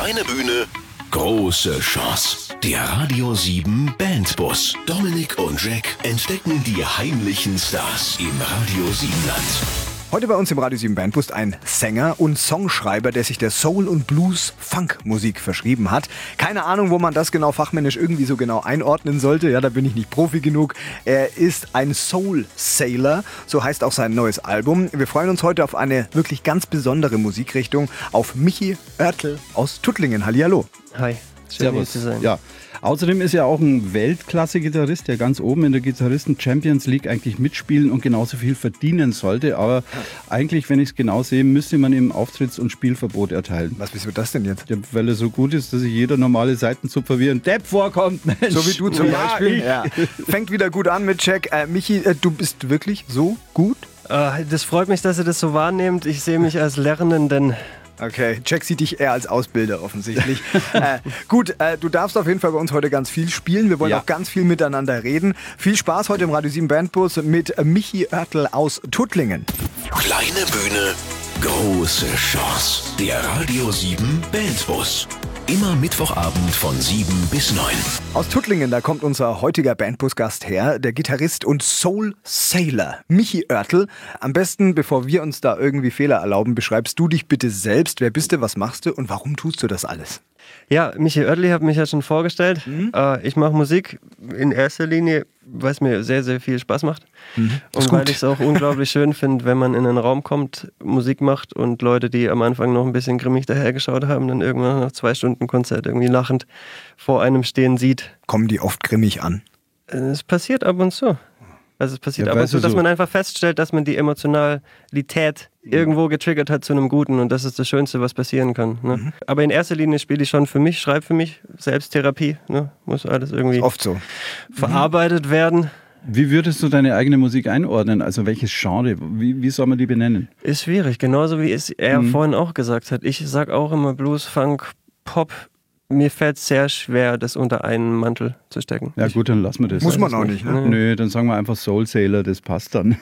Kleine Bühne, große Chance. Der Radio 7 Bandbus. Dominik und Jack entdecken die heimlichen Stars im Radio 7 Land. Heute bei uns im Radio 7 Bandbus ein Sänger und Songschreiber, der sich der Soul- und Blues-Funk-Musik verschrieben hat. Keine Ahnung, wo man das genau fachmännisch irgendwie so genau einordnen sollte. Ja, da bin ich nicht Profi genug. Er ist ein Soul-Sailor, so heißt auch sein neues Album. Wir freuen uns heute auf eine wirklich ganz besondere Musikrichtung, auf Michi Oertel aus Tuttlingen. Hallihallo. Hi. Schön, hier zu sein. Ja. Außerdem ist er auch ein Weltklasse-Gitarrist, der ganz oben in der Gitarristen-Champions League eigentlich mitspielen und genauso viel verdienen sollte. Aber eigentlich, wenn ich es genau sehe, müsste man ihm Auftritts- und Spielverbot erteilen. Wieso das denn jetzt? Ja, weil er so gut ist, dass sich jeder normale Seitenzupfer wie ein Depp vorkommt. Mensch. So wie du zum Beispiel. Ja. Fängt wieder gut an mit Jack. Michi, du bist wirklich so gut? Das freut mich, dass ihr das so wahrnehmt. Ich sehe mich als Lernenden. Okay, Jack sieht dich eher als Ausbilder offensichtlich. Gut, du darfst auf jeden Fall bei uns heute ganz viel spielen. Wir wollen auch ganz viel miteinander reden. Viel Spaß heute im Radio 7 Bandbus mit Michi Oertel aus Tuttlingen. Kleine Bühne, große Chance. Der Radio 7 Bandbus. Immer Mittwochabend von 7 bis 9. Aus Tuttlingen, da kommt unser heutiger Bandbus-Gast her, der Gitarrist und Soul-Sailor Michi Oertel. Am besten, bevor wir uns da irgendwie Fehler erlauben, beschreibst du dich bitte selbst. Wer bist du, was machst du und warum tust du das alles? Ja, Michi Oertel, ich habe mich ja schon vorgestellt. Ich mache Musik in erster Linie, weil es mir sehr, sehr viel Spaß macht. Und weil ich es auch unglaublich schön finde, wenn man in einen Raum kommt, Musik macht und Leute, die am Anfang noch ein bisschen grimmig dahergeschaut haben, dann irgendwann nach 2 Stunden Konzert irgendwie lachend vor einem stehen sieht. Kommen die oft grimmig an? Es passiert ab und zu. Also es passiert ab und zu, dass man einfach feststellt, dass man die Emotionalität irgendwo getriggert hat zu einem Guten und das ist das Schönste, was passieren kann. Ne? Aber in erster Linie spiele ich schon für mich, schreibe für mich, Selbsttherapie, ne? Muss alles irgendwie oft so verarbeitet werden. Wie würdest du deine eigene Musik einordnen? Also welches Genre? Wie soll man die benennen? Ist schwierig, genauso wie es er vorhin auch gesagt hat. Ich sag auch immer Blues, Funk, Pop. Mir fällt es sehr schwer, das unter einen Mantel zu stecken. Ja gut, dann lassen wir das. Muss man auch nicht, ne? Nö, dann sagen wir einfach Soul Sailor, das passt dann.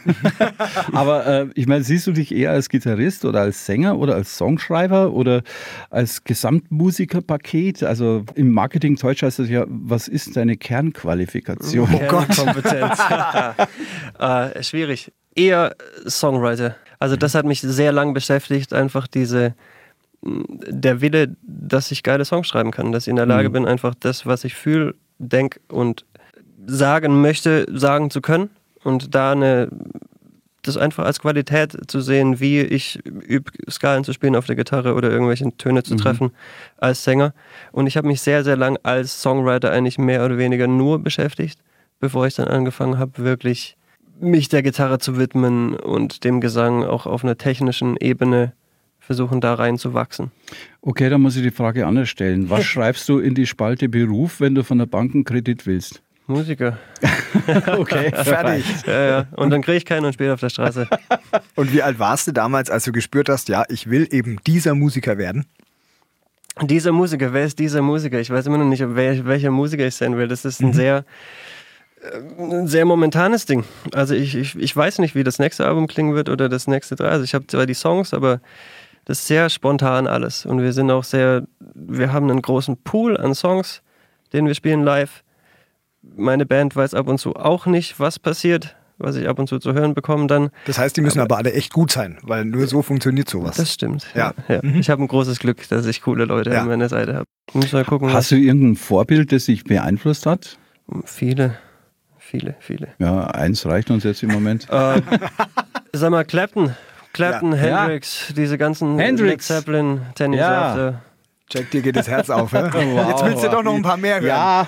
Aber ich meine, siehst du dich eher als Gitarrist oder als Sänger oder als Songschreiber oder als Gesamtmusikerpaket? Also im Marketing-Deutsch heißt das ja, was ist deine Kernqualifikation? Oh Gott. Kompetenz. Schwierig. Eher Songwriter. Also das hat mich sehr lang beschäftigt, einfach der Wille, dass ich geile Songs schreiben kann, dass ich in der Lage bin, einfach das, was ich fühle, denke und sagen möchte, sagen zu können und das einfach als Qualität zu sehen, wie ich übe, Skalen zu spielen auf der Gitarre oder irgendwelche Töne zu treffen als Sänger. Und ich habe mich sehr, sehr lang als Songwriter eigentlich mehr oder weniger nur beschäftigt, bevor ich dann angefangen habe, wirklich mich der Gitarre zu widmen und dem Gesang auch auf einer technischen Ebene versuchen, da rein zu wachsen. Okay, dann muss ich die Frage anders stellen. Was schreibst du in die Spalte Beruf, wenn du von der Bank einen Kredit willst? Musiker. Okay, fertig. Ja. Und dann kriege ich keinen und spiele auf der Straße. Und wie alt warst du damals, als du gespürt hast, ja, ich will eben dieser Musiker werden? Dieser Musiker, wer ist dieser Musiker? Ich weiß immer noch nicht, welcher Musiker ich sein will. Das ist ein sehr momentanes Ding. Also ich weiß nicht, wie das nächste Album klingen wird oder das nächste 3. Also ich habe zwar die Songs, aber das ist sehr spontan alles. Und wir haben einen großen Pool an Songs, den wir spielen live. Meine Band weiß ab und zu auch nicht, was passiert, was ich ab und zu hören bekomme dann. Das heißt, die müssen aber alle echt gut sein, weil nur so funktioniert sowas. Das stimmt. Ja. Ich habe ein großes Glück, dass ich coole Leute an meiner Seite habe. Muss mal gucken. Hast du irgendein Vorbild, das dich beeinflusst hat? Viele. Ja, eins reicht uns jetzt im Moment. Sag mal, Clapton, Hendrix, diese ganzen Led Zeppelin, Tennis After. Jack, dir geht das Herz auf. Wow. Jetzt willst du doch noch ein paar mehr hören. Ja.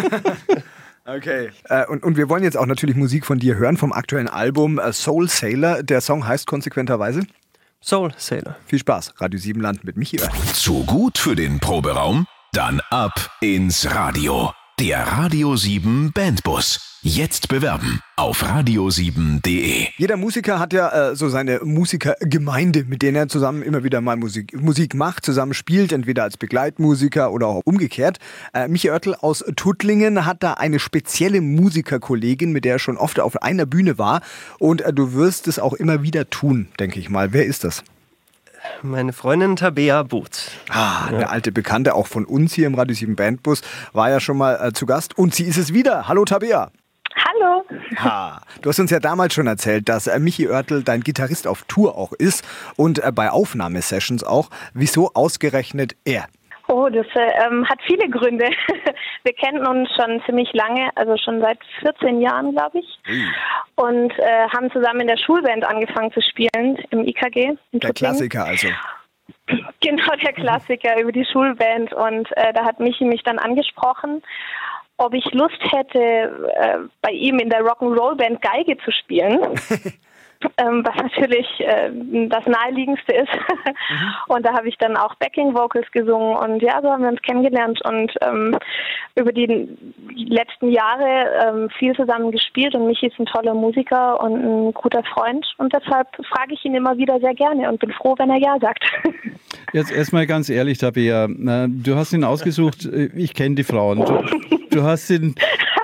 Okay. Und wir wollen jetzt auch natürlich Musik von dir hören, vom aktuellen Album Soul Sailor. Der Song heißt konsequenterweise Soul Sailor. Viel Spaß. Radio 7 Land mit Michi Oertel. Zu gut für den Proberaum? Dann ab ins Radio. Der Radio 7 Bandbus. Jetzt bewerben auf radio7.de. Jeder Musiker hat ja so seine Musikergemeinde, mit denen er zusammen immer wieder mal Musik macht, zusammen spielt, entweder als Begleitmusiker oder auch umgekehrt. Michi Oertel aus Tuttlingen hat da eine spezielle Musikerkollegin, mit der er schon oft auf einer Bühne war. Und du wirst es auch immer wieder tun, denke ich mal. Wer ist das? Meine Freundin Tabea Booth. Eine alte Bekannte, auch von uns hier im Radio 7 Bandbus, war ja schon mal zu Gast und sie ist es wieder. Hallo Tabea. Hallo. Du hast uns ja damals schon erzählt, dass Michi Oertel dein Gitarrist auf Tour auch ist und bei Aufnahmesessions auch. Wieso ausgerechnet er? Oh, das hat viele Gründe. Wir kennen uns schon ziemlich lange, also schon seit 14 Jahren, glaube ich. Und haben zusammen in der Schulband angefangen zu spielen, im IKG. Der Klassiker also. Genau, der Klassiker über die Schulband. Und da hat Michi mich dann angesprochen, ob ich Lust hätte, bei ihm in der Rock'n'Roll-Band Geige zu spielen. Was natürlich das Naheliegendste ist. Und da habe ich dann auch Backing-Vocals gesungen und ja, so haben wir uns kennengelernt und über die letzten Jahre viel zusammen gespielt und Michi ist ein toller Musiker und ein guter Freund und deshalb frage ich ihn immer wieder sehr gerne und bin froh, wenn er ja sagt. Jetzt erstmal ganz ehrlich, Tabea, du hast ihn ausgesucht, ich kenne die Frauen, du hast ihn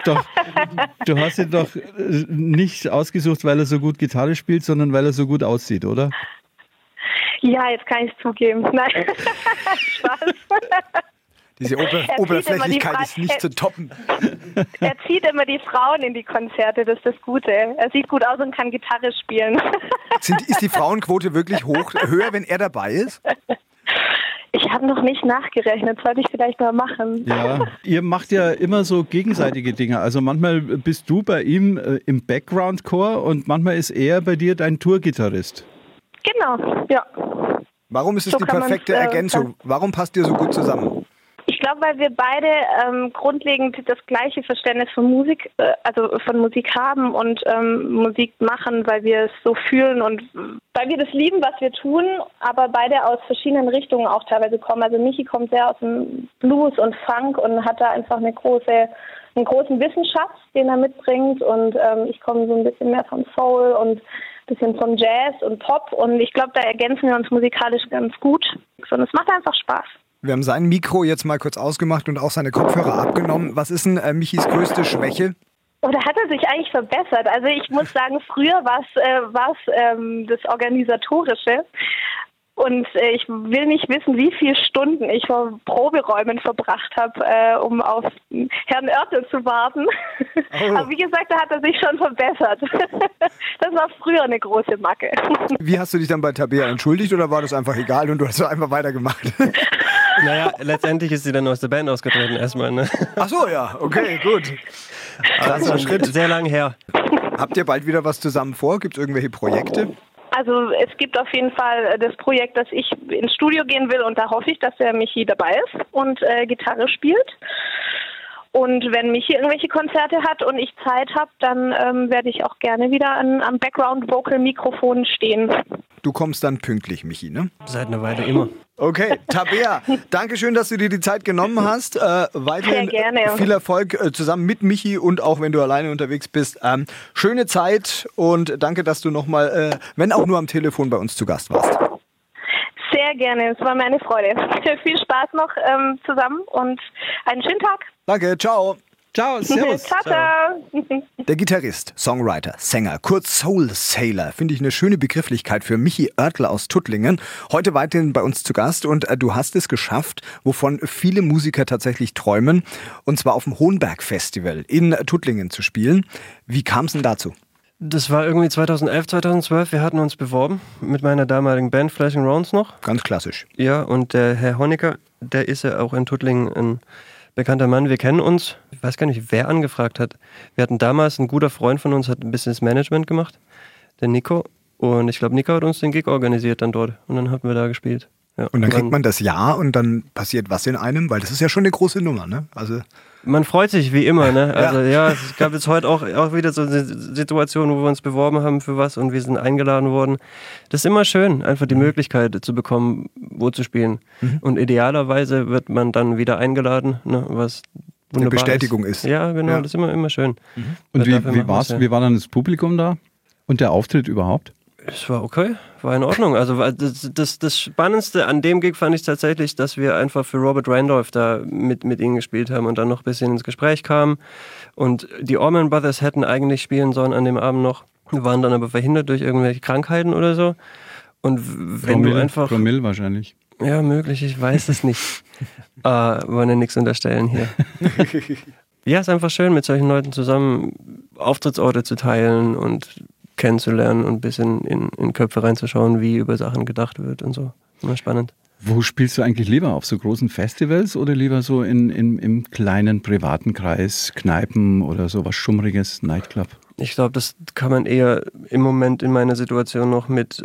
doch nicht ausgesucht, weil er so gut Gitarre spielt, sondern weil er so gut aussieht, oder? Ja, jetzt kann ich es zugeben. Nein, Spaß. Diese Oberflächlichkeit ist nicht zu toppen. Er zieht immer die Frauen in die Konzerte, das ist das Gute. Er sieht gut aus und kann Gitarre spielen. Ist die Frauenquote wirklich höher, wenn er dabei ist? Ich habe noch nicht nachgerechnet, sollte ich vielleicht mal machen. Ja, ihr macht ja immer so gegenseitige Dinge. Also manchmal bist du bei ihm im Background-Chor und manchmal ist er bei dir dein Tourgitarrist. Genau, ja. Warum ist es die perfekte Ergänzung? Warum passt ihr so gut zusammen? Ich glaube, weil wir beide grundlegend das gleiche Verständnis von Musik, von Musik haben und Musik machen, weil wir es so fühlen und weil wir das lieben, was wir tun, aber beide aus verschiedenen Richtungen auch teilweise kommen. Also Michi kommt sehr aus dem Blues und Funk und hat da einfach einen großen Wissensschatz, den er mitbringt und ich komme so ein bisschen mehr von Soul und ein bisschen von Jazz und Pop und ich glaube, da ergänzen wir uns musikalisch ganz gut und es macht einfach Spaß. Wir haben sein Mikro jetzt mal kurz ausgemacht und auch seine Kopfhörer abgenommen. Was ist denn Michis größte Schwäche? Oder hat er sich eigentlich verbessert? Also ich muss sagen, früher war es das Organisatorische. Und ich will nicht wissen, wie viele Stunden ich vor Proberäumen verbracht habe, um auf Herrn Oertel zu warten. Oh. Aber wie gesagt, da hat er sich schon verbessert. Das war früher eine große Macke. Wie hast du dich dann bei Tabea entschuldigt oder war das einfach egal und du hast einfach weitergemacht? Naja, letztendlich ist sie dann aus der Band ausgetreten erstmal. Ne? Ach so, ja, okay, gut. Also Schritt. Sehr lang her. Habt ihr bald wieder was zusammen vor? Gibt es irgendwelche Projekte? Also es gibt auf jeden Fall das Projekt, dass ich ins Studio gehen will und da hoffe ich, dass der Michi dabei ist und Gitarre spielt. Und wenn Michi irgendwelche Konzerte hat und ich Zeit habe, dann werde ich auch gerne wieder am Background-Vocal-Mikrofon stehen. Du kommst dann pünktlich, Michi, ne? Seit einer Weile immer. Okay, Tabea, danke schön, dass du dir die Zeit genommen hast. Weiterhin sehr gerne. Viel Erfolg zusammen mit Michi und auch wenn du alleine unterwegs bist. Schöne Zeit und danke, dass du nochmal, wenn auch nur am Telefon, bei uns zu Gast warst. Sehr gerne, es war meine Freude. Viel Spaß noch zusammen und einen schönen Tag. Danke, ciao. Ciao, servus. Ciao, ciao. Der Gitarrist, Songwriter, Sänger, kurz Soul Sailor, finde ich eine schöne Begrifflichkeit für Michi Oertel aus Tuttlingen. Heute weiterhin bei uns zu Gast und du hast es geschafft, wovon viele Musiker tatsächlich träumen, und zwar auf dem Hohenberg Festival in Tuttlingen zu spielen. Wie kam es denn dazu? Das war irgendwie 2011, 2012. Wir hatten uns beworben mit meiner damaligen Band Flashing Rounds noch. Ganz klassisch. Ja, und der Herr Honecker, der ist ja auch in Tuttlingen ein bekannter Mann. Wir kennen uns. Ich weiß gar nicht, wer angefragt hat. Wir hatten damals, ein guter Freund von uns hat ein Business Management gemacht, der Nico. Und ich glaube, Nico hat uns den Gig organisiert dann dort. Und dann hatten wir da gespielt. Ja. Und dann kriegt man das Ja und dann passiert was in einem, weil das ist ja schon eine große Nummer, ne? Also man freut sich wie immer, ne? Also ja, es gab jetzt heute auch wieder so eine Situation, wo wir uns beworben haben für was und wir sind eingeladen worden. Das ist immer schön, einfach die Möglichkeit zu bekommen, wo zu spielen. Und idealerweise wird man dann wieder eingeladen, ne? Was wunderbar eine Bestätigung ist. Ja, genau, das ist immer schön. Und wie war dann das Publikum da und der Auftritt überhaupt? Es war okay, war in Ordnung. Also das Spannendste an dem Gig fand ich tatsächlich, dass wir einfach für Robert Randolph da mit ihnen gespielt haben und dann noch ein bisschen ins Gespräch kamen. Und die Allman Brothers hätten eigentlich spielen sollen an dem Abend noch, waren dann aber verhindert durch irgendwelche Krankheiten oder so. Und wenn du einfach... Promille wahrscheinlich. Ja, möglich, ich weiß es nicht. Wollen ja nichts unterstellen hier. Ja, ist einfach schön, mit solchen Leuten zusammen Auftrittsorte zu teilen und kennenzulernen und ein bisschen in Köpfe reinzuschauen, wie über Sachen gedacht wird und so. Immer spannend. Wo spielst du eigentlich lieber? Auf so großen Festivals oder lieber so im kleinen privaten Kreis, Kneipen oder so was Schummriges, Nightclub? Ich glaube, das kann man eher im Moment in meiner Situation noch mit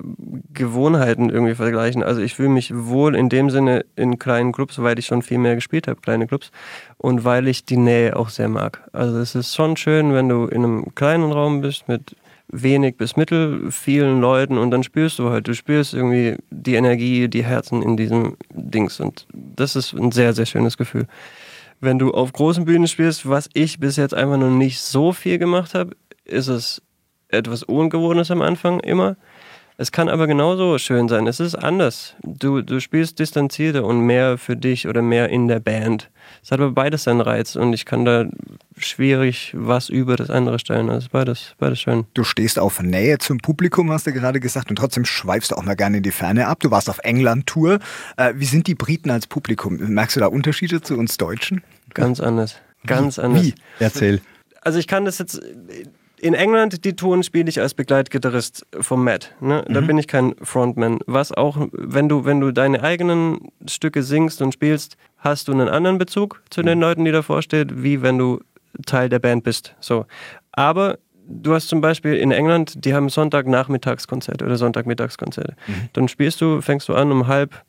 Gewohnheiten irgendwie vergleichen. Also ich fühle mich wohl in dem Sinne in kleinen Clubs, weil ich schon viel mehr gespielt habe, kleine Clubs, und weil ich die Nähe auch sehr mag. Also es ist schon schön, wenn du in einem kleinen Raum bist mit wenig bis mittel vielen Leuten und dann spürst du spürst irgendwie die Energie, die Herzen in diesem Dings und das ist ein sehr, sehr schönes Gefühl. Wenn du auf großen Bühnen spielst, was ich bis jetzt einfach noch nicht so viel gemacht habe, ist es etwas Ungewohntes am Anfang immer. Es kann aber genauso schön sein. Es ist anders. Du spielst distanzierter und mehr für dich oder mehr in der Band. Es hat aber beides seinen Reiz und ich kann da schwierig was über das andere stellen. Also beides schön. Du stehst auf Nähe zum Publikum, hast du gerade gesagt, und trotzdem schweifst du auch mal gerne in die Ferne ab. Du warst auf England-Tour. Wie sind die Briten als Publikum? Merkst du da Unterschiede zu uns Deutschen? Ganz anders. Ganz anders. Wie? Erzähl. Also ich kann das jetzt... In England, die Touren spiele ich als Begleitgitarrist vom Matt. Ne? Da bin ich kein Frontman. Was auch, wenn du deine eigenen Stücke singst und spielst, hast du einen anderen Bezug zu den Leuten, die davor stehen, wie wenn du Teil der Band bist. So. Aber du hast zum Beispiel in England, die haben Sonntagnachmittagskonzerte oder Sonntagmittagskonzerte. Dann fängst du an um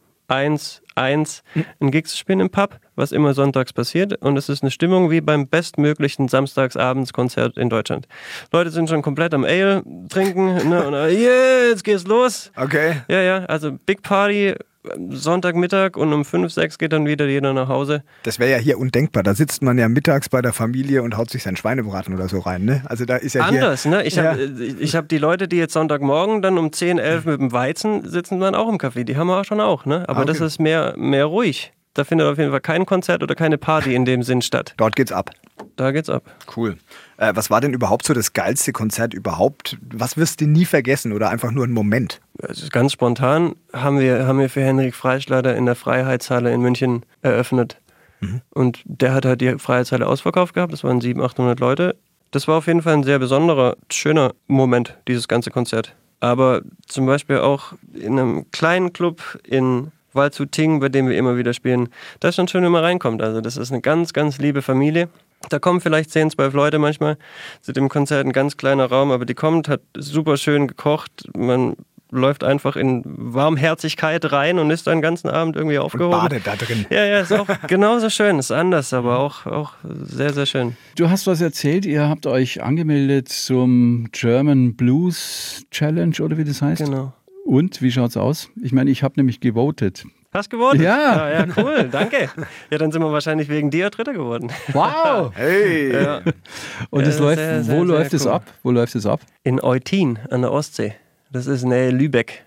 12:30, 1 einen Gig zu spielen im Pub, was immer sonntags passiert und es ist eine Stimmung wie beim bestmöglichen Samstagsabendskonzert in Deutschland. Leute sind schon komplett am Ale trinken, ne, und jetzt geht's los. Okay. Ja, also Big Party, Sonntagmittag und um 5, 6 geht dann wieder jeder nach Hause. Das wäre ja hier undenkbar. Da sitzt man ja mittags bei der Familie und haut sich sein Schweinebraten oder so rein. Ne? Also da ist ja anders, hier, ne? Ich hab die Leute, die jetzt Sonntagmorgen dann um 10, 11 mit dem Weizen sitzen, dann auch im Café. Die haben wir auch schon auch, ne? Aber das ist mehr ruhig. Da findet auf jeden Fall kein Konzert oder keine Party in dem Sinn statt. Dort geht's ab. Da geht's ab. Cool. Was war denn überhaupt so das geilste Konzert überhaupt? Was wirst du nie vergessen oder einfach nur ein Moment? Also ganz spontan haben wir für Henrik Freischlader in der Freiheitshalle in München eröffnet. Und der hat halt die Freiheitshalle ausverkauft gehabt. Das waren 700, 800 Leute. Das war auf jeden Fall ein sehr besonderer, schöner Moment, dieses ganze Konzert. Aber zum Beispiel auch in einem kleinen Club in Waldshut-Ting, bei dem wir immer wieder spielen, da ist schon schön, wenn man reinkommt. Also das ist eine ganz, ganz liebe Familie. Da kommen vielleicht 10, 12 Leute manchmal. Sind im Konzert ein ganz kleiner Raum, aber die kommt, hat super schön gekocht. Man läuft einfach in Warmherzigkeit rein und ist dann den ganzen Abend irgendwie aufgehoben. Und badet da drin. Ja, ist auch genauso schön. Ist anders, aber auch sehr, sehr schön. Du hast was erzählt, ihr habt euch angemeldet zum German Blues Challenge oder wie das heißt? Genau. Und, wie schaut's aus? Ich meine, ich habe nämlich gewotet. Hast gewonnen? Ja. Ja, cool, danke. Ja, dann sind wir wahrscheinlich wegen dir Dritter geworden. Wow! Hey! Ja. Und es läuft, wo läuft es ab? Wo läuft es ab? In Eutin an der Ostsee. Das ist Nähe Lübeck.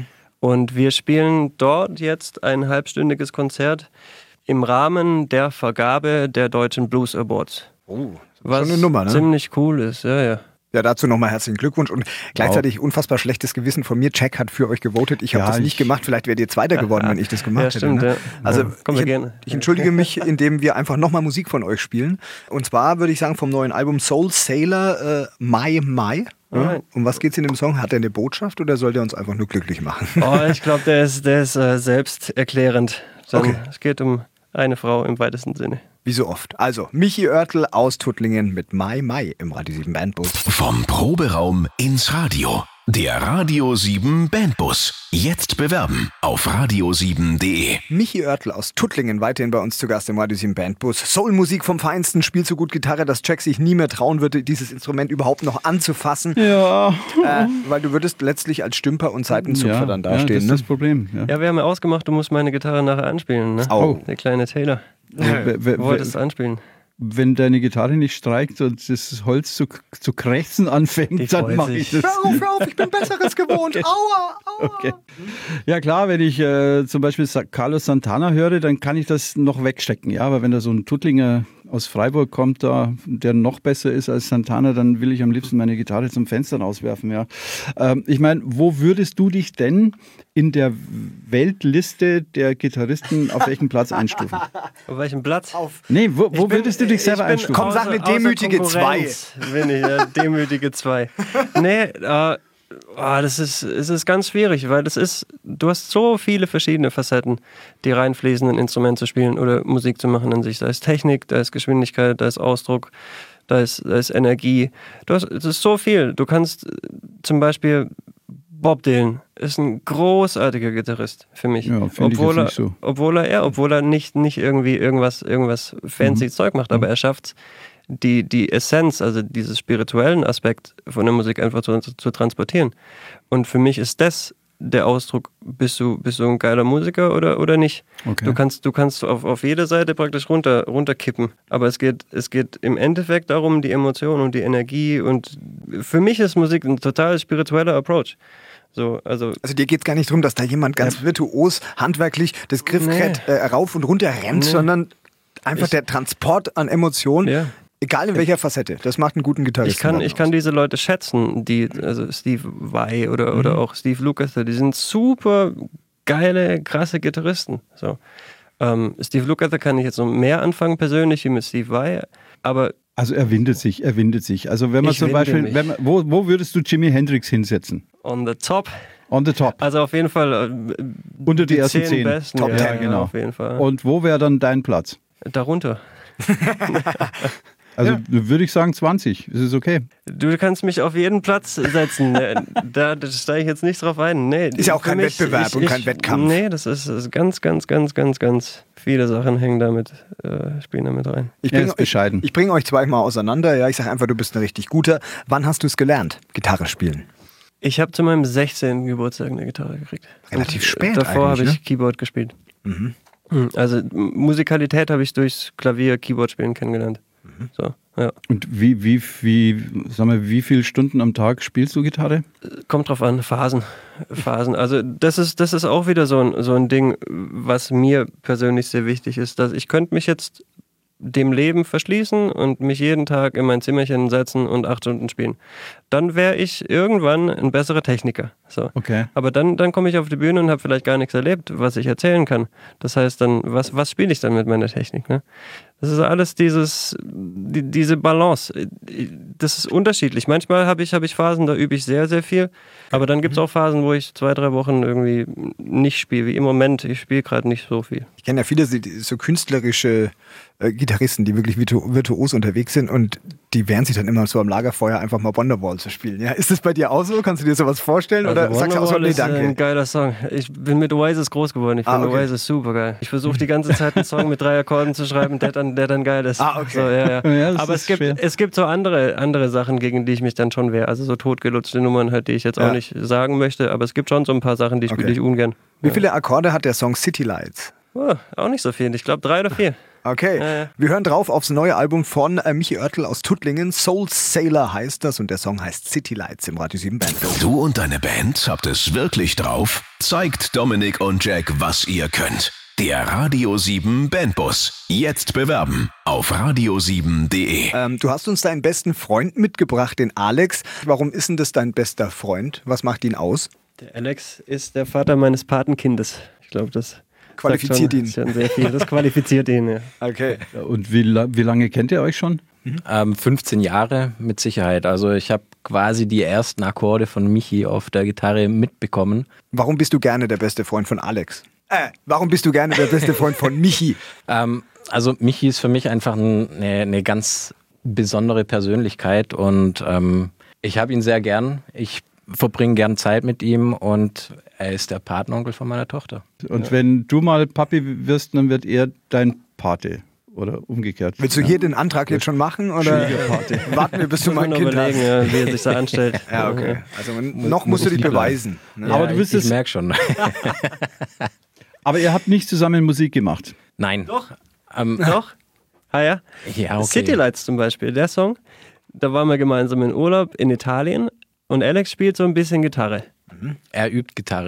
Und wir spielen dort jetzt ein halbstündiges Konzert im Rahmen der Vergabe der Deutschen Blues Awards. Oh, was schon eine Nummer, ne? Ziemlich cool ist, ja. Ja, dazu nochmal herzlichen Glückwunsch und gleichzeitig unfassbar schlechtes Gewissen von mir. Jack hat für euch gewotet. Ich habe das nicht gemacht. Vielleicht wärt ihr Zweiter geworden, wenn ich das gemacht hätte. Stimmt, ne? ja. Also gerne. Ich entschuldige mich, indem wir einfach nochmal Musik von euch spielen. Und zwar würde ich sagen vom neuen Album Soul Sailor, My. Ja. Um was geht's in dem Song? Hat er eine Botschaft oder soll der uns einfach nur glücklich machen? Ich glaube, der ist selbsterklärend. Okay. Es geht um eine Frau im weitesten Sinne. Wie so oft. Also, Michi Oertel aus Tuttlingen mit My im Radio 7 Bandbus. Vom Proberaum ins Radio. Der Radio 7 Bandbus. Jetzt bewerben auf radio7.de. Michi Oertel aus Tuttlingen, weiterhin bei uns zu Gast im Radio 7 Bandbus. Soulmusik vom Feinsten, spielt so gut Gitarre, dass Jack sich nie mehr trauen würde, dieses Instrument überhaupt noch anzufassen. Ja. Weil du würdest letztlich als Stümper und Seitenzupfer dann das dastehen. ist das Problem. Ja, wir haben ja ausgemacht, du musst meine Gitarre nachher anspielen. Ne? Oh. Der kleine Taylor. Du wolltest anspielen. Wenn deine Gitarre nicht streikt und das Holz zu krächzen anfängt, dann mache ich das. Hör auf, ich bin Besseres gewohnt. Aua. Okay. Ja klar, wenn ich zum Beispiel Carlos Santana höre, dann kann ich das noch wegstecken. Ja, aber wenn da so ein Tuttlinger aus Freiburg kommt, der noch besser ist als Santana, dann will ich am liebsten meine Gitarre zum Fenster rauswerfen. Ja. Ich meine, wo würdest du dich denn in der Weltliste der Gitarristen auf welchen Platz einstufen? Auf welchem Platz? Wo würdest du dich selber einstufen? Komm, sag eine demütige 2. Bin ich, ja, demütige 2. Es ist ganz schwierig, weil du hast so viele verschiedene Facetten, die reinfließen, ein Instrument zu spielen oder Musik zu machen an sich. Da ist Technik, da ist Geschwindigkeit, da ist Ausdruck, da ist Energie. Das ist so viel. Du kannst zum Beispiel Bob Dylan ist ein großartiger Gitarrist für mich. Ja, obwohl er nicht so. Obwohl er nicht irgendwie irgendwas fancy Zeug macht, aber er schafft die Essenz, also diesen spirituellen Aspekt von der Musik einfach zu transportieren. Und für mich ist das der Ausdruck, bist du ein geiler Musiker oder nicht. Okay. Du kannst auf jede Seite praktisch runterkippen. Aber es geht im Endeffekt darum, die Emotion und die Energie. Und für mich ist Musik ein total spiritueller Approach. Also dir geht es gar nicht darum, dass da jemand ganz virtuos, handwerklich das Griffbrett rauf und runter rennt, sondern einfach der Transport an Emotionen. Ja. Egal in welcher Facette, das macht einen guten Gitarristen. Ich kann diese Leute schätzen, also Steve Vai oder auch Steve Lukather, die sind super geile, krasse Gitarristen. So. Steve Lukather kann ich jetzt noch mehr anfangen persönlich wie mit Steve Vai, aber... Also er windet sich. Also wenn man zum Beispiel, wo würdest du Jimi Hendrix hinsetzen? On the top. On the top. Also auf jeden Fall unter die ersten 10 besten. Top 10, genau. Auf jeden Fall. Und wo wäre dann dein Platz? Darunter. Also würde ich sagen 20. Ist es okay? Du kannst mich auf jeden Platz setzen. Da steige ich jetzt nicht drauf ein. Nee, ist ja auch kein Wettbewerb und kein Wettkampf. Nee, das ist ganz viele Sachen spielen damit rein. Ich bringe euch zweimal auseinander. Ja, ich sage einfach, du bist ein richtig guter. Wann hast du es gelernt, Gitarre spielen? Ich habe zu meinem 16. Geburtstag eine Gitarre gekriegt. Relativ spät davor eigentlich, habe ich Keyboard gespielt. Mhm. Also Musikalität habe ich durchs Klavier, Keyboard-Spielen kennengelernt. So, ja. Und wie viele Stunden am Tag spielst du Gitarre? Kommt drauf an, Phasen. Also das ist auch wieder so ein Ding, was mir persönlich sehr wichtig ist, dass ich könnte mich jetzt dem Leben verschließen und mich jeden Tag in mein Zimmerchen setzen und 8 Stunden spielen. Dann wäre ich irgendwann ein besserer Techniker. So. Okay. Aber dann komme ich auf die Bühne und habe vielleicht gar nichts erlebt, was ich erzählen kann. Das heißt dann, was spiele ich dann mit meiner Technik? Ne? Das ist alles diese Balance. Das ist unterschiedlich. Manchmal habe ich Phasen, da übe ich sehr, sehr viel. Aber dann gibt es auch Phasen, wo ich 2-3 Wochen irgendwie nicht spiele. Wie im Moment, ich spiele gerade nicht so viel. Ich kenne ja viele so künstlerische Gitarristen, die wirklich virtuos unterwegs sind und die wehren sich dann immer so am Lagerfeuer einfach mal Wonderwall zu spielen. Ja, ist das bei dir auch so? Kannst du dir sowas vorstellen? Also oder sagst du auch so, nee, danke? Ist ein geiler Song. Ich bin mit Oasis groß geworden. Ich finde Oasis super geil. Ich versuche die ganze Zeit einen Song mit 3 Akkorden zu schreiben, der dann geil ist. Okay. So, ja. Aber es gibt so andere Sachen, gegen die ich mich dann schon wehre. Also so totgelutschte Nummern halt, die ich jetzt auch nicht sagen möchte. Aber es gibt schon so ein paar Sachen, die spiele ich ungern. Wie viele Akkorde hat der Song City Lights? Oh, auch nicht so viel. Ich glaube 3 oder 4. Okay, wir hören drauf aufs neue Album von Michi Oertel aus Tuttlingen. Soul Sailor heißt das und der Song heißt City Lights im Radio 7 Bandbus. Du und deine Band habt es wirklich drauf? Zeigt Dominik und Jack, was ihr könnt. Der Radio 7 Bandbus. Jetzt bewerben auf radio7.de. Du hast uns deinen besten Freund mitgebracht, den Alex. Warum ist denn das dein bester Freund? Was macht ihn aus? Der Alex ist der Vater meines Patenkindes. Ich glaube, das qualifiziert ihn. Schon sehr viel. Das qualifiziert ihn, ja. Okay. Und wie lange kennt ihr euch schon? 15 Jahre mit Sicherheit. Also ich habe quasi die ersten Akkorde von Michi auf der Gitarre mitbekommen. Warum bist du gerne der beste Freund von Alex? Warum bist du gerne der beste Freund von Michi? Also Michi ist für mich einfach eine ganz besondere Persönlichkeit und ich habe ihn sehr gern. Ich verbringe gern Zeit mit ihm und er ist der Patenonkel von meiner Tochter. Und wenn du mal Papi wirst, dann wird er dein Pate oder umgekehrt. Willst du hier den Antrag jetzt schon machen oder warten wir, bis du mal ein Kind hast? Wie er sich da anstellt. Ja, okay. Also noch musst du dich beweisen. Ne? Ja, aber du ich merke schon. Aber ihr habt nicht zusammen Musik gemacht? Nein. Doch. Doch. Ja, okay. City Lights zum Beispiel, der Song, da waren wir gemeinsam in Urlaub in Italien und Alex spielt so ein bisschen Gitarre. Er übt Gitarre.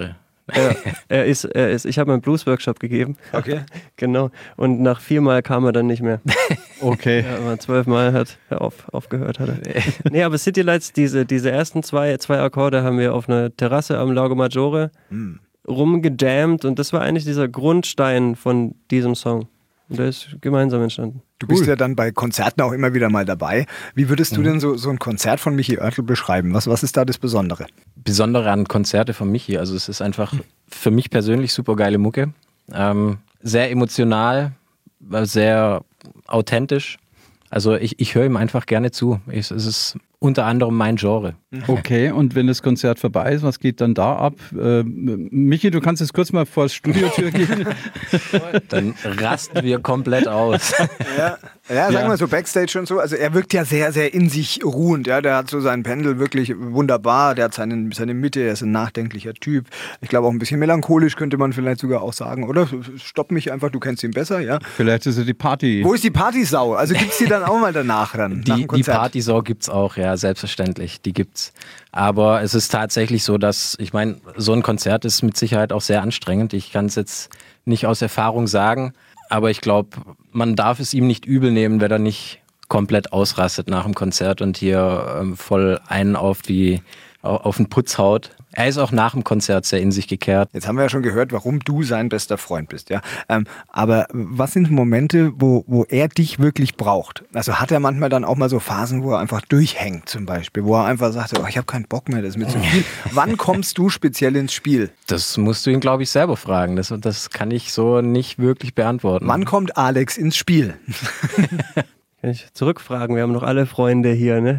Ich habe einen Blues-Workshop gegeben. Okay. Genau. Und nach 4 Mal kam er dann nicht mehr. Okay. Ja, aber 12 Mal hat er aufgehört. Hat er. Nee, aber City Lights, diese ersten zwei Akkorde haben wir auf einer Terrasse am Lago Maggiore rumgejammt und das war eigentlich dieser Grundstein von diesem Song. Und der ist gemeinsam entstanden. Du bist ja dann bei Konzerten auch immer wieder mal dabei. Wie würdest du denn so ein Konzert von Michi Oertel beschreiben? Was ist da das Besondere? Besondere an Konzerte von Michi, also es ist einfach für mich persönlich super geile Mucke. Sehr emotional, sehr authentisch. Also ich höre ihm einfach gerne zu. Es ist unter anderem mein Genre. Okay, und wenn das Konzert vorbei ist, was geht dann da ab? Michi, du kannst jetzt kurz mal vor die Studiotür gehen. Dann rasten wir komplett aus. Ja, sagen wir so Backstage und so. Also er wirkt ja sehr, sehr in sich ruhend. Ja, der hat so seinen Pendel wirklich wunderbar. Der hat seine Mitte, er ist ein nachdenklicher Typ. Ich glaube auch ein bisschen melancholisch könnte man vielleicht sogar auch sagen. Oder? Stopp mich einfach, du kennst ihn besser, ja? Vielleicht ist er die Party. Wo ist die Partysau? Also gibt es die dann auch mal danach dann? Die Partysau gibt's auch, ja, selbstverständlich. Die gibt's. Aber es ist tatsächlich so, dass, ich meine, so ein Konzert ist mit Sicherheit auch sehr anstrengend. Ich kann es jetzt nicht aus Erfahrung sagen, aber ich glaube, man darf es ihm nicht übel nehmen, wenn er nicht komplett ausrastet nach dem Konzert und hier voll einen auf den Putz haut. Er ist auch nach dem Konzert sehr in sich gekehrt. Jetzt haben wir ja schon gehört, warum du sein bester Freund bist. Ja? Aber was sind Momente, wo er dich wirklich braucht? Also hat er manchmal dann auch mal so Phasen, wo er einfach durchhängt zum Beispiel, wo er einfach sagt, ich habe keinen Bock mehr, das ist mir zu viel. Wann kommst du speziell ins Spiel? Das musst du ihn, glaube ich, selber fragen. Das kann ich so nicht wirklich beantworten. Wann kommt Alex ins Spiel? Kann ich zurückfragen, wir haben noch alle Freunde hier, ne?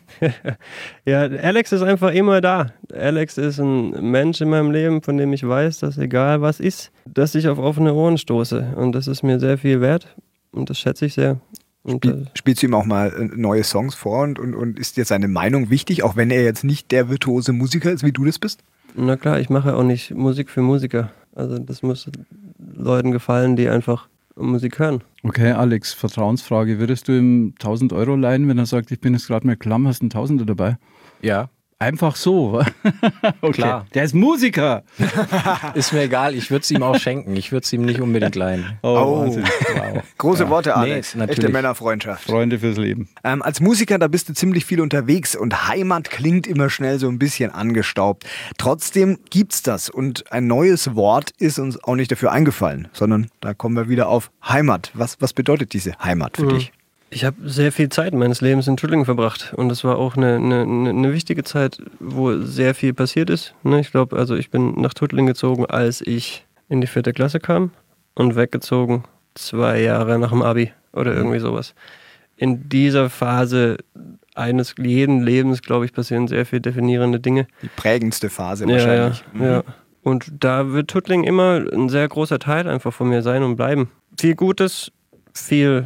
Ja, Alex ist einfach immer da. Alex ist ein Mensch in meinem Leben, von dem ich weiß, dass egal was ist, dass ich auf offene Ohren stoße. Und das ist mir sehr viel wert und das schätze ich sehr. Spielst du ihm auch mal neue Songs vor und ist dir seine Meinung wichtig, auch wenn er jetzt nicht der virtuose Musiker ist, wie du das bist? Na klar, ich mache auch nicht Musik für Musiker. Also das muss Leuten gefallen, die einfach Musik hören. Okay, Alex, Vertrauensfrage. Würdest du ihm 1.000 Euro leihen, wenn er sagt, ich bin jetzt gerade mal klamm, hast einen Tausender dabei? Ja. Einfach so. Okay. Klar. Der ist Musiker. Ist mir egal, ich würde es ihm auch schenken. Ich würde es ihm nicht unbedingt leihen. Wahnsinn. Wow. Große Worte, Alex. Nee, echte Männerfreundschaft. Freunde fürs Leben. Als Musiker, da bist du ziemlich viel unterwegs und Heimat klingt immer schnell so ein bisschen angestaubt. Trotzdem gibt's das und ein neues Wort ist uns auch nicht dafür eingefallen, sondern da kommen wir wieder auf Heimat. Was bedeutet diese Heimat für dich? Ich habe sehr viel Zeit meines Lebens in Tuttlingen verbracht und das war auch eine wichtige Zeit, wo sehr viel passiert ist. Ich glaube, also ich bin nach Tuttlingen gezogen, als ich in die 4. Klasse kam und weggezogen 2 Jahre nach dem Abi oder irgendwie sowas. In dieser Phase eines jeden Lebens, glaube ich, passieren sehr viel definierende Dinge. Die prägendste Phase wahrscheinlich. Ja. Und da wird Tuttlingen immer ein sehr großer Teil einfach von mir sein und bleiben. Viel Gutes, viel...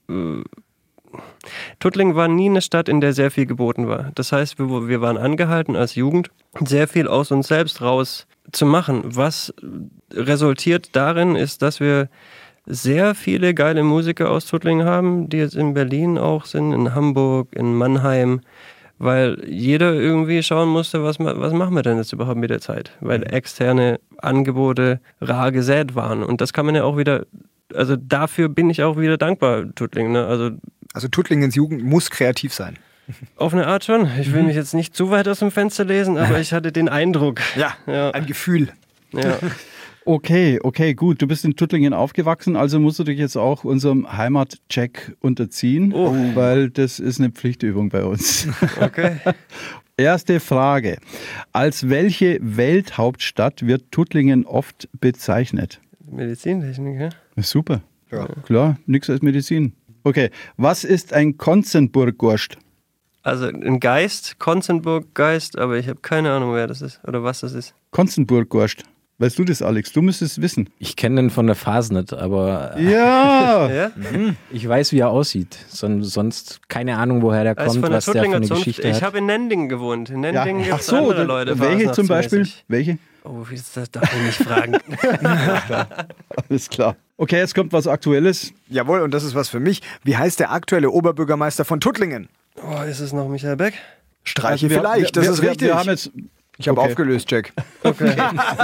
Tuttlingen war nie eine Stadt, in der sehr viel geboten war. Das heißt, wir waren angehalten als Jugend, sehr viel aus uns selbst raus zu machen. Was resultiert darin, ist, dass wir sehr viele geile Musiker aus Tuttlingen haben, die jetzt in Berlin auch sind, in Hamburg, in Mannheim, weil jeder irgendwie schauen musste, was machen wir denn jetzt überhaupt mit der Zeit? Weil externe Angebote rar gesät waren. Und das kann man ja auch wieder... Also dafür bin ich auch wieder dankbar, Tuttlingen. Ne? Also Tuttlingens Jugend muss kreativ sein. Auf eine Art schon. Ich will mich jetzt nicht zu weit aus dem Fenster lesen, aber ich hatte den Eindruck. Ja. Ein Gefühl. Ja. Okay, gut. Du bist in Tuttlingen aufgewachsen, also musst du dich jetzt auch unserem Heimatcheck unterziehen, weil das ist eine Pflichtübung bei uns. Okay. Erste Frage. Als welche Welthauptstadt wird Tuttlingen oft bezeichnet? Medizintechnik, ja? Super. Ja. Klar, nichts als Medizin. Okay, was ist ein Konzenburg-Gurst? Also ein Geist, Konzenburg-Geist, aber ich habe keine Ahnung, wer das ist oder was das ist. Konzenburg-Gurst. Weißt du das, Alex? Du müsstest es wissen. Ich kenne den von der Fasnet, aber Ja! ich weiß, wie er aussieht. Sonst keine Ahnung, woher der kommt, was der für eine Geschichte hat. Ich habe in Nendingen gewohnt. In Nendingen gibt es so, andere Leute. welche zum Beispiel? Welche? Oh, das darf ich nicht fragen. Alles klar. Okay, jetzt kommt was Aktuelles. Jawohl, und das ist was für mich. Wie heißt der aktuelle Oberbürgermeister von Tuttlingen? Oh, ist es noch Michael Beck? Streiche vielleicht, das ist richtig. Wir haben jetzt Ich habe aufgelöst, Jack. Okay.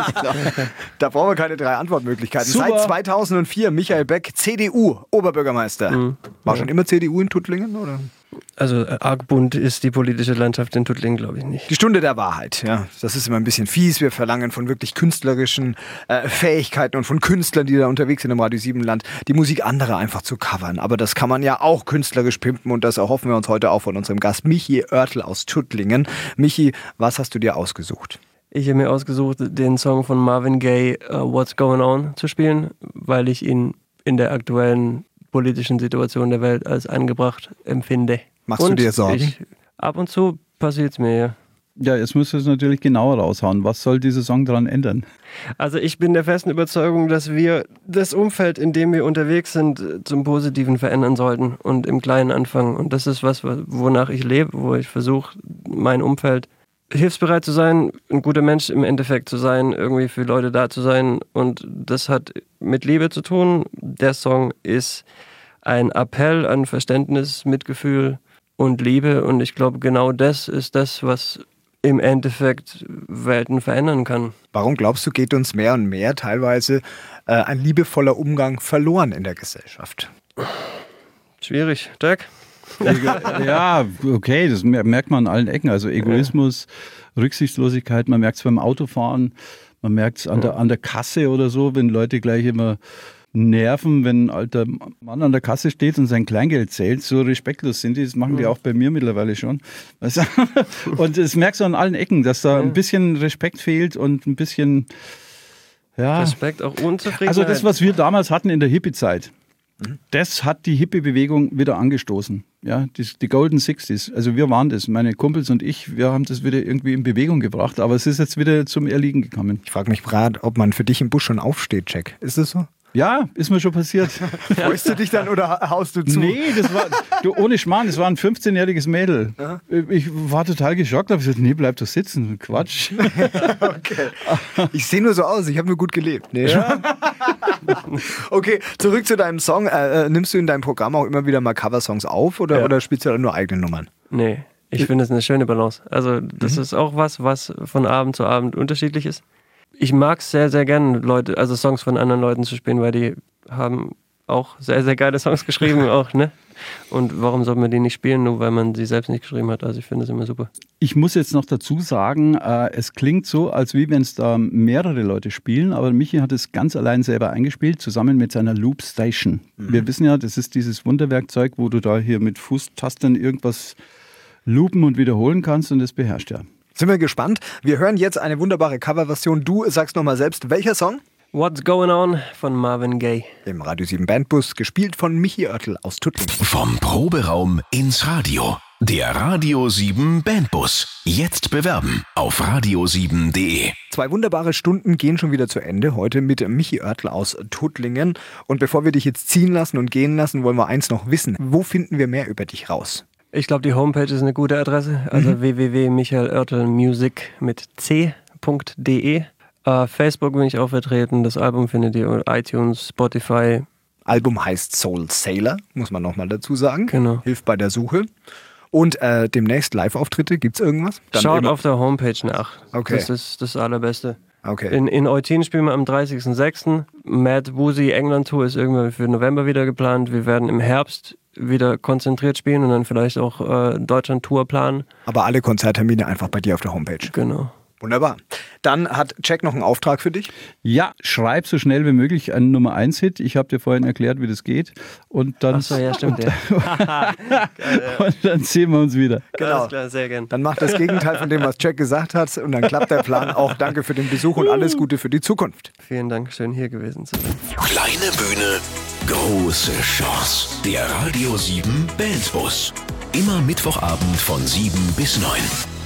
Da brauchen wir keine 3 Antwortmöglichkeiten. Super. Seit 2004 Michael Beck, CDU, Oberbürgermeister. War schon immer CDU in Tuttlingen, oder? Also arg bunt ist die politische Landschaft in Tuttlingen, glaube ich, nicht. Die Stunde der Wahrheit, ja. Das ist immer ein bisschen fies. Wir verlangen von wirklich künstlerischen Fähigkeiten und von Künstlern, die da unterwegs sind im Radio 7 Land, die Musik anderer einfach zu covern. Aber das kann man ja auch künstlerisch pimpen und das erhoffen wir uns heute auch von unserem Gast Michi Oertel aus Tuttlingen. Michi, was hast du dir ausgesucht? Ich habe mir ausgesucht, den Song von Marvin Gaye, What's Going On, zu spielen, weil ich ihn in der aktuellen politischen Situation der Welt als angebracht empfinde. Machst du dir Sorgen? Ab und zu passiert es mir, ja. Ja, jetzt musst du es natürlich genauer raushauen. Was soll dieser Song daran ändern? Also ich bin der festen Überzeugung, dass wir das Umfeld, in dem wir unterwegs sind, zum Positiven verändern sollten und im Kleinen anfangen. Und das ist was, wonach ich lebe, wo ich versuche, mein Umfeld hilfsbereit zu sein, ein guter Mensch im Endeffekt zu sein, irgendwie für Leute da zu sein. Und das hat mit Liebe zu tun. Der Song ist ein Appell an Verständnis, Mitgefühl und Liebe. Und ich glaube, genau das ist das, was im Endeffekt Welten verändern kann. Warum glaubst du, geht uns mehr und mehr teilweise ein liebevoller Umgang verloren in der Gesellschaft? Schwierig. Jack? Ja, okay, das merkt man an allen Ecken. Also Egoismus, Rücksichtslosigkeit, man merkt es beim Autofahren, man merkt es an der Kasse oder so, wenn Leute gleich immer nerven, wenn ein alter Mann an der Kasse steht und sein Kleingeld zählt, so respektlos sind die, das machen die auch bei mir mittlerweile schon. Und das merkst du an allen Ecken, dass da ein bisschen Respekt fehlt und ein bisschen, ja. Respekt, auch Unzufriedenheit. Also das, was wir damals hatten in der Hippie-Zeit, das hat die Hippie-Bewegung wieder angestoßen. Ja, die Golden 60s. Also wir waren das, meine Kumpels und ich, wir haben das wieder irgendwie in Bewegung gebracht, aber es ist jetzt wieder zum Erliegen gekommen. Ich frage mich gerade, ob man für dich im Bus schon aufsteht, Jack. Ist das so? Ja, ist mir schon passiert. Freust du dich dann oder haust du zu? Nee, das war, ohne Schmarrn, das war ein 15-jähriges Mädel. Aha. Ich war total geschockt, habe gesagt, nee, bleib doch sitzen. Quatsch. Okay. Ich sehe nur so aus, ich habe nur gut gelebt. Nee, ja. Okay, zurück zu deinem Song. Nimmst du in deinem Programm auch immer wieder mal Coversongs auf oder spielst du da nur eigene Nummern? Nee, ich finde es eine schöne Balance. Also das ist auch was von Abend zu Abend unterschiedlich ist. Ich mag es sehr, sehr gerne, Songs von anderen Leuten zu spielen, weil die haben auch sehr, sehr geile Songs geschrieben auch, ne? Und warum soll man die nicht spielen, nur weil man sie selbst nicht geschrieben hat? Also ich finde es immer super. Ich muss jetzt noch dazu sagen, es klingt so, als wie wenn es da mehrere Leute spielen, aber Michi hat es ganz allein selber eingespielt, zusammen mit seiner Loop Station. Wir wissen ja, das ist dieses Wunderwerkzeug, wo du da hier mit Fußtastern irgendwas loopen und wiederholen kannst und das beherrscht er. Sind wir gespannt. Wir hören jetzt eine wunderbare Coverversion. Du sagst nochmal selbst, welcher Song? What's Going On von Marvin Gaye. Im Radio 7 Bandbus, gespielt von Michi Oertel aus Tuttlingen. Vom Proberaum ins Radio. Der Radio 7 Bandbus. Jetzt bewerben auf radio7.de. 2 wunderbare Stunden gehen schon wieder zu Ende. Heute mit Michi Oertel aus Tuttlingen. Und bevor wir dich jetzt ziehen lassen und gehen lassen, wollen wir eins noch wissen. Wo finden wir mehr über dich raus? Ich glaube, die Homepage ist eine gute Adresse. Also www.michaeloertelmusic mit c.de. Facebook bin ich auch vertreten. Das Album findet ihr iTunes, Spotify. Album heißt Soul Sailor, muss man nochmal dazu sagen. Genau. Hilft bei der Suche. Und demnächst Live-Auftritte, gibt's irgendwas? Dann schaut auf der Homepage nach. Okay. Das ist das Allerbeste. Okay. In Eutin spielen wir am 30.06. Mad Woozy England Tour ist irgendwann für November wieder geplant. Wir werden im Herbst wieder konzentriert spielen und dann vielleicht auch Deutschland-Tour planen. Aber alle Konzerttermine einfach bei dir auf der Homepage. Genau. Wunderbar. Dann hat Jack noch einen Auftrag für dich. Ja, schreib so schnell wie möglich einen Nummer-1-Hit. Ich habe dir vorhin erklärt, wie das geht. Und dann, Ach so, ja, stimmt. Ja. Und dann sehen wir uns wieder. Genau. Alles klar, sehr gern. Dann macht das Gegenteil von dem, was Jack gesagt hat. Und dann klappt der Plan auch. Danke für den Besuch und alles Gute für die Zukunft. Vielen Dank, schön hier gewesen zu sein. Kleine Bühne, große Chance. Der Radio 7 Bandbus. Immer Mittwochabend von 7 bis 9.